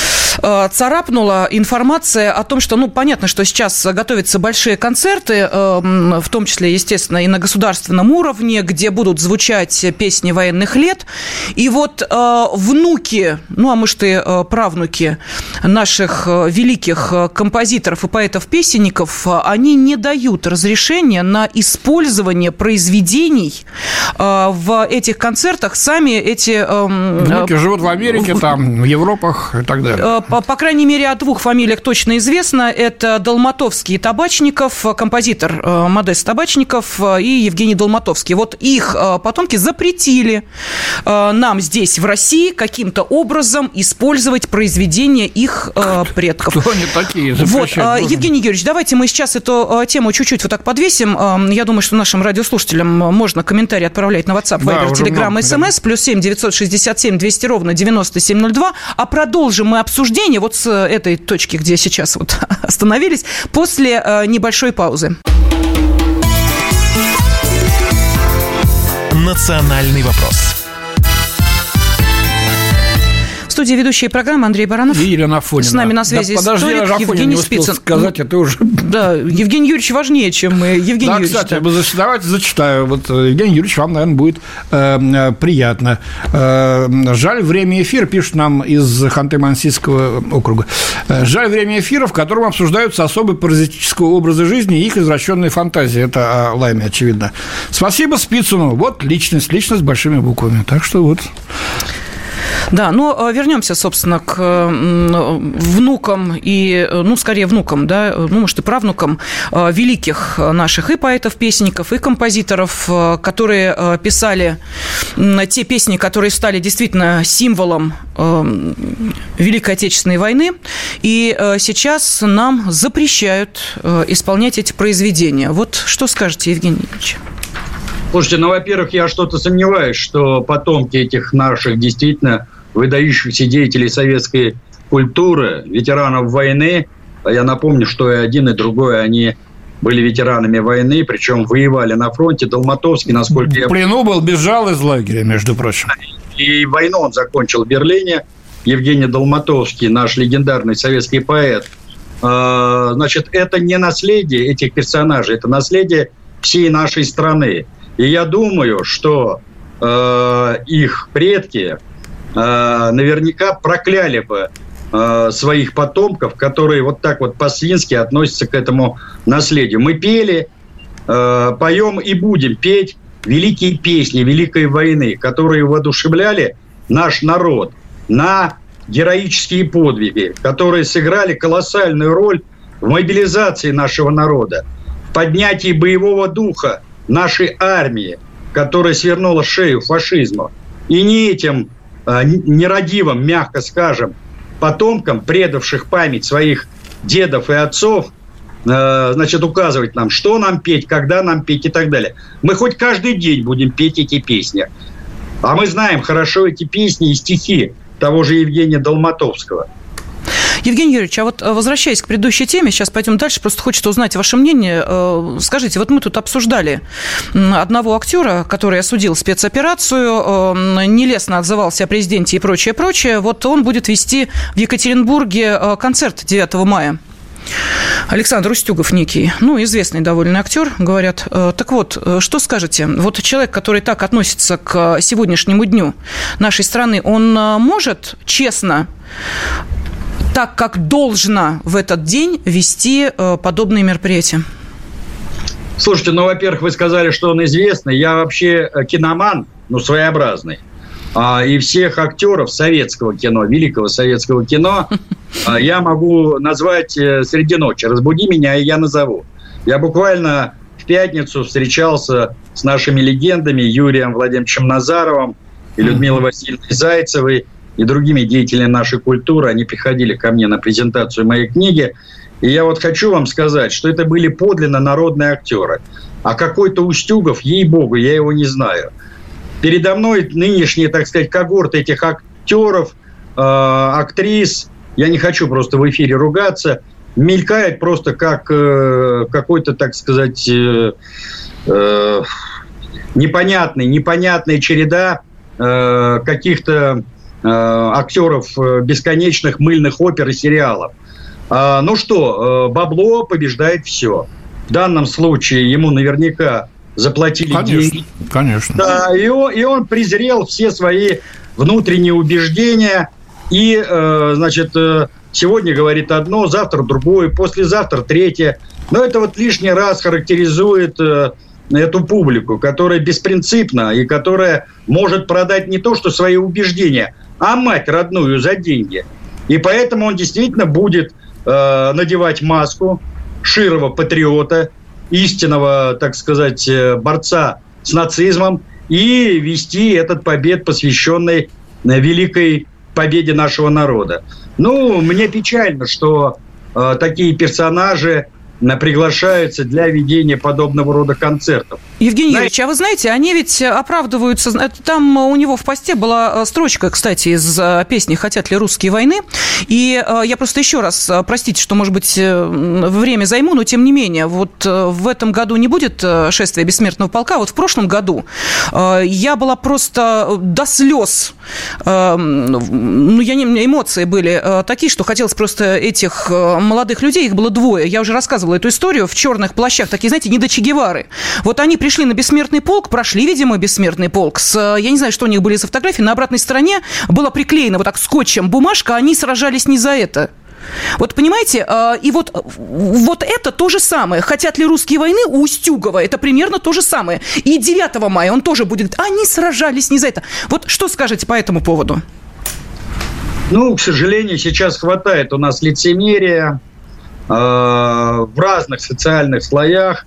[SPEAKER 3] э, царапнула информация о том, что, ну, понятно, что сейчас готовятся большие концерты, э, в том числе, естественно, и на государственном уровне, где будут звучать песни военных лет. И вот э, внуки, ну, а может и э, правнуки наших э, великих э, композиторов и поэтов-песенников, э, они не дают разрешения на на использование произведений э, в этих концертах. Сами эти... Э,
[SPEAKER 4] Внуки э, живут в Америке, в, там, в Европах и так далее.
[SPEAKER 3] Э, по, по крайней мере, о двух фамилиях точно известно. Это Долматовский и Табачников, композитор э, Модест Табачников э, и Евгений Долматовский. Вот их э, потомки запретили э, нам здесь, в России, каким-то образом использовать произведения их э, предков.
[SPEAKER 4] Кто они такие?
[SPEAKER 3] Вот, э, Евгений Юрьевич, давайте мы сейчас эту э, тему чуть-чуть вот так подвесим. Я думаю, что нашим радиослушателям можно комментарии отправлять на WhatsApp, Viber, да, Telegram, эс эм эс, плюс семь девятьсот шестьдесят семь двести ровно девяносто семь ноль два. А продолжим мы обсуждение вот с этой точки, где сейчас вот остановились, после небольшой паузы.
[SPEAKER 2] Национальный вопрос.
[SPEAKER 3] В студии ведущие программы Андрей Баранов.
[SPEAKER 4] И Елена Афонина.
[SPEAKER 3] С нами на связи
[SPEAKER 4] да, подожди,
[SPEAKER 3] историк Евгений
[SPEAKER 4] не успел
[SPEAKER 3] Спицын.
[SPEAKER 4] сказать, это уже...
[SPEAKER 3] Да, Евгений Юрьевич важнее, чем мы. Евгений
[SPEAKER 4] да,
[SPEAKER 3] Юрьевич.
[SPEAKER 4] Кстати, давайте зачитаю. Вот, Евгений Юрьевич, вам, наверное, будет э, приятно. Э, жаль, время эфира, пишет нам из Ханты-Мансийского округа. Жаль, время эфира, в котором обсуждаются особые паразитические образы жизни и их извращенные фантазии. Это о Лайме, очевидно. Спасибо Спицыну. Вот личность, личность с большими буквами. Так что вот...
[SPEAKER 3] Да, но вернемся, собственно, к внукам и, ну, скорее, внукам, да, ну, может, и правнукам великих наших и поэтов-песенников, и композиторов, которые писали те песни, которые стали действительно символом Великой Отечественной войны, и сейчас нам запрещают исполнять эти произведения. Вот что скажете, Евгений Ильич?
[SPEAKER 6] Слушайте, ну, во-первых, я что-то сомневаюсь, что потомки этих наших действительно выдающихся деятелей советской культуры, ветеранов войны, а я напомню, что и один, и другой, они были ветеранами войны, причем воевали на фронте. Долматовский, насколько я...
[SPEAKER 4] В плену был, бежал из лагеря, между прочим.
[SPEAKER 6] И войну он закончил в Берлине. Евгений Долматовский, наш легендарный советский поэт. Значит, это не наследие этих персонажей, это наследие всей нашей страны. И я думаю, что э, их предки э, наверняка прокляли бы э, своих потомков, которые вот так вот по-свински относятся к этому наследию. Мы пели, э, поем и будем петь великие песни Великой войны, которые воодушевляли наш народ на героические подвиги, которые сыграли колоссальную роль в мобилизации нашего народа, в поднятии боевого духа нашей армии, которая свернула шею фашизму. И не этим э, нерадивым, мягко скажем, потомкам, предавших память своих дедов и отцов, э, значит, указывать нам, что нам петь, когда нам петь и так далее. Мы хоть каждый день будем петь эти песни. А мы знаем хорошо эти песни и стихи того же Евгения Долматовского.
[SPEAKER 3] Евгений Юрьевич, а вот возвращаясь к предыдущей теме, сейчас пойдем дальше, просто хочется узнать ваше мнение. Скажите, вот мы тут обсуждали одного актера, который осудил спецоперацию, нелестно отзывался о президенте и прочее, прочее. Вот он будет вести в Екатеринбурге концерт девятого мая. Александр Устюгов некий, ну, известный довольно актер, говорят. Так вот, что скажете? Вот человек, который так относится к сегодняшнему дню нашей страны, он может честно, так как должно в этот день вести подобные мероприятия?
[SPEAKER 6] Слушайте, ну, во-первых, вы сказали, что он известный. Я вообще киноман, ну, своеобразный. И всех актеров советского кино, великого советского кино, я могу назвать среди ночи. Разбуди меня, и я назову. Я буквально в пятницу встречался с нашими легендами Юрием Владимировичем Назаровым и Людмилой Васильевной Зайцевой и другими деятелями нашей культуры. Они приходили ко мне на презентацию моей книги. И я вот хочу вам сказать, что это были подлинно народные актеры. А какой-то Устюгов, ей-богу, я его не знаю. Передо мной нынешние, так сказать, когорты этих актеров, э, актрис, я не хочу просто в эфире ругаться, мелькает просто как э, какой-то, так сказать, э, э, непонятный, непонятная череда э, каких-то э, актеров бесконечных мыльных опер и сериалов. Э, ну что, э, бабло побеждает все. В данном случае ему наверняка заплатили
[SPEAKER 4] конечно,
[SPEAKER 6] деньги.
[SPEAKER 4] Конечно.
[SPEAKER 6] Да, и он, и он презрел все свои внутренние убеждения. И, э, значит, э, сегодня говорит одно, завтра другое, послезавтра третье. Но это вот лишний раз характеризует э, эту публику, которая беспринципна и которая может продать не то, что свои убеждения, а мать родную за деньги. И поэтому он действительно будет э, надевать маску широго патриота, истинного, так сказать, борца с нацизмом и вести этот побед, посвященный великой победе нашего народа. Ну, мне печально, что э, такие персонажи приглашаются для ведения подобного рода концертов.
[SPEAKER 3] Евгений знаете, Юрьевич, а вы знаете, они ведь оправдываются... Там у него в посте была строчка, кстати, из песни «Хотят ли русские войны?». И я просто еще раз, простите, что, может быть, время займу, но тем не менее, вот в этом году не будет шествия бессмертного полка. Вот в прошлом году я была просто до слез... Ну, я не... эмоции были такие, что хотелось просто этих молодых людей, их было двое. Я уже рассказывала эту историю, в черных плащах, такие, знаете, не до Че Гевары. Вот они пришли на бессмертный полк, прошли, видимо, бессмертный полк. С, я не знаю, что у них были за фотографии. На обратной стороне была приклеена вот так скотчем бумажка, они сражались не за это. Вот понимаете, и вот, вот это то же самое. Хотят ли русские войны у Устюгова? Это примерно то же самое. И девятого мая он тоже будет. Они сражались не за это. Вот что скажете по этому поводу?
[SPEAKER 6] Ну, к сожалению, сейчас хватает у нас лицемерия э, в разных социальных слоях,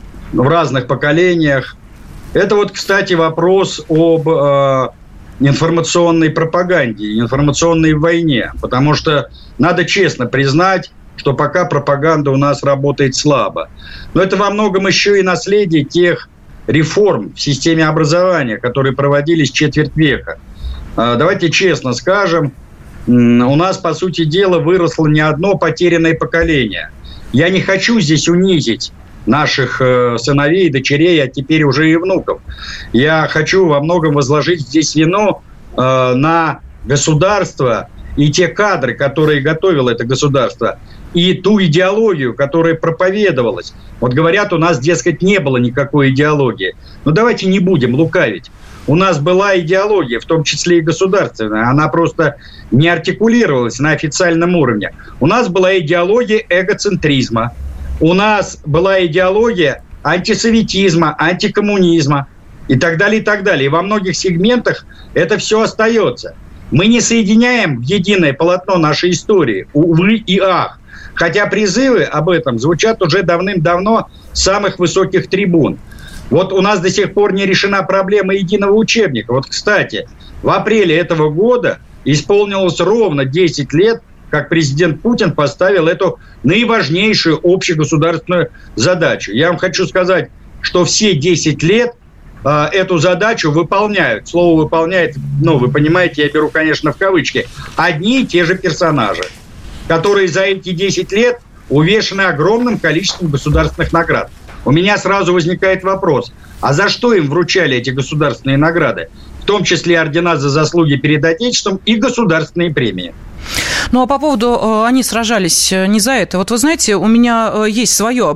[SPEAKER 6] в разных поколениях. Это вот, кстати, вопрос об э, информационной пропаганде, информационной войне. Потому что надо честно признать, что пока пропаганда у нас работает слабо. Но это во многом еще и наследие тех реформ в системе образования, которые проводились четверть века. Э, давайте честно скажем, у нас, по сути дела, выросло не одно потерянное поколение. Я не хочу здесь унизить наших э, сыновей, дочерей, а теперь уже и внуков. Я хочу во многом возложить здесь вину э, на государство и те кадры, которые готовило это государство, и ту идеологию, которая проповедовалась. Вот говорят, у нас, дескать, не было никакой идеологии. Но давайте не будем лукавить. У нас была идеология, в том числе и государственная. Она просто не артикулировалась на официальном уровне. У нас была идеология эгоцентризма. У нас была идеология антисоветизма, антикоммунизма и так далее, и так далее. И во многих сегментах это все остается. Мы не соединяем в единое полотно нашей истории, увы и ах. Хотя призывы об этом звучат уже давным-давно с самых высоких трибун. Вот у нас до сих пор не решена проблема единого учебника. Вот, кстати, в апреле этого года исполнилось ровно десять лет, как президент Путин поставил эту наиважнейшую общегосударственную задачу. Я вам хочу сказать, что все десять лет э, эту задачу выполняют. Слово «выполняет», ну, вы понимаете, я беру, конечно, в кавычки, одни и те же персонажи, которые за эти десять лет увешаны огромным количеством государственных наград. У меня сразу возникает вопрос, а за что им вручали эти государственные награды? В том числе ордена за заслуги перед Отечеством и государственные премии.
[SPEAKER 3] Ну, а по поводу «они сражались не за это», вот вы знаете, у меня есть свое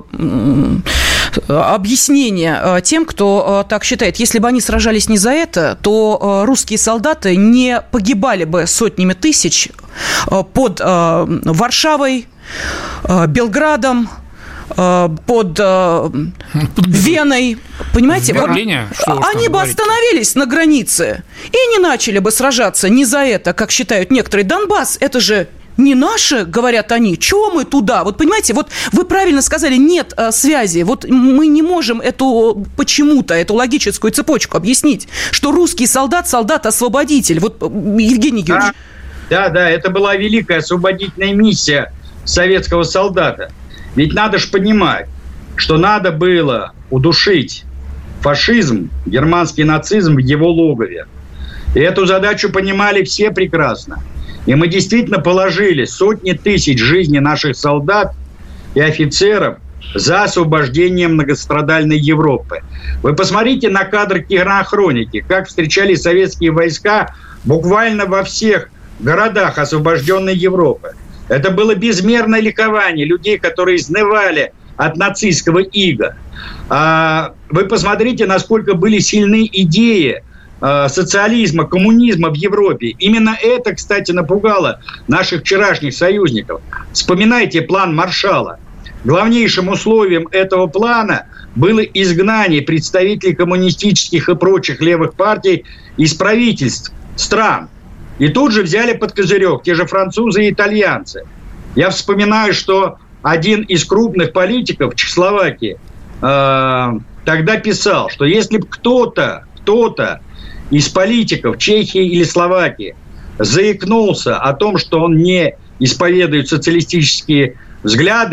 [SPEAKER 3] объяснение тем, кто так считает. Если бы они сражались не за это, то русские солдаты не погибали бы сотнями тысяч под Варшавой, Белградом, под э, Веной, понимаете? Вот, они бы остановились на границе и не начали бы сражаться не за это, как считают некоторые. Донбасс, это же не наши, говорят они. Чего мы туда? Вот понимаете, вот вы правильно сказали, нет э, связи. Вот мы не можем эту почему-то, эту логическую цепочку объяснить, что русский солдат, солдат-освободитель. Вот, Евгений Юрьевич.
[SPEAKER 6] Да, да, да, это была великая освободительная миссия советского солдата. Ведь надо же понимать, что надо было удушить фашизм, германский нацизм в его логове. И эту задачу понимали все прекрасно. И мы действительно положили сотни тысяч жизней наших солдат и офицеров за освобождение многострадальной Европы. Вы посмотрите на кадры кинохроники, как встречали советские войска буквально во всех городах освобожденной Европы. Это было безмерное ликование людей, которые изнывали от нацистского ига. Вы посмотрите, насколько были сильны идеи социализма, коммунизма в Европе. Именно это, кстати, напугало наших вчерашних союзников. Вспоминайте план Маршалла. Главнейшим условием этого плана было изгнание представителей коммунистических и прочих левых партий из правительств стран. И тут же взяли под козырек те же французы и итальянцы. Я вспоминаю, что один из крупных политиков Чехословакии э, тогда писал, что если бы кто-то, кто-то из политиков Чехии или Словакии заикнулся о том, что он не исповедует социалистические взгляды,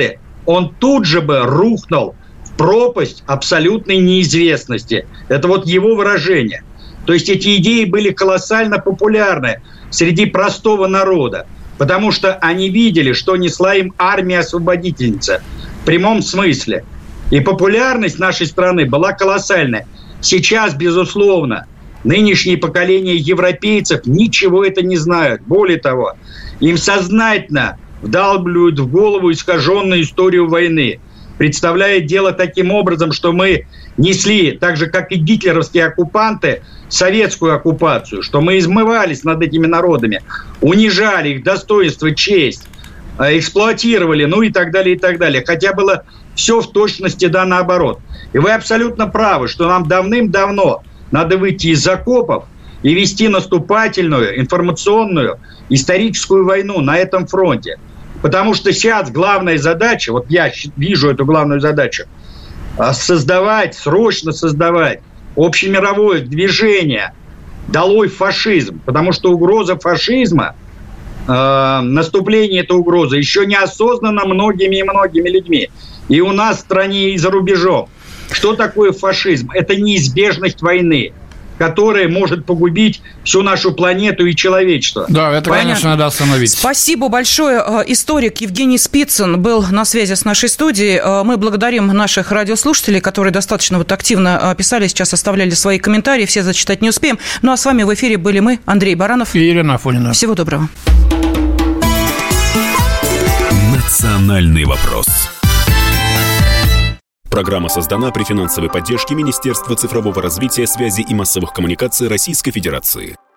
[SPEAKER 6] он тут же бы рухнул в пропасть абсолютной неизвестности. Это вот его выражение. То есть эти идеи были колоссально популярны среди простого народа, потому что они видели, что несла им армия-освободительница в прямом смысле. И популярность нашей страны была колоссальная. Сейчас, безусловно, нынешнее поколение европейцев ничего это не знают. Более того, им сознательно вдалбливают в голову искаженную историю войны, представляя дело таким образом, что мы несли, так же, как и гитлеровские оккупанты, советскую оккупацию, что мы измывались над этими народами, унижали их достоинство, честь, эксплуатировали, ну и так далее, и так далее. Хотя было все в точности да наоборот. И вы абсолютно правы, что нам давным-давно надо выйти из окопов и вести наступательную, информационную, историческую войну на этом фронте. Потому что сейчас главная задача, вот я вижу эту главную задачу, создавать, срочно создавать общемировое движение «Долой фашизм», потому что угроза фашизма, э, наступление этой угрозы еще не осознано многими и многими людьми. И у нас в стране, и за рубежом. Что такое фашизм? Это неизбежность войны, которая может погубить всю нашу планету и человечество.
[SPEAKER 4] Да, это,
[SPEAKER 3] Понятно.
[SPEAKER 4] Конечно, надо остановить.
[SPEAKER 3] Спасибо большое. Историк Евгений Спицын был на связи с нашей студией. Мы благодарим наших радиослушателей, которые достаточно вот активно писали, сейчас оставляли свои комментарии. Все зачитать не успеем. Ну, а с вами в эфире были мы, Андрей Баранов
[SPEAKER 4] И Ирина Афонина.
[SPEAKER 3] Всего доброго.
[SPEAKER 1] «Национальный вопрос». Программа создана при финансовой поддержке Министерства цифрового развития, связи и массовых коммуникаций Российской Федерации.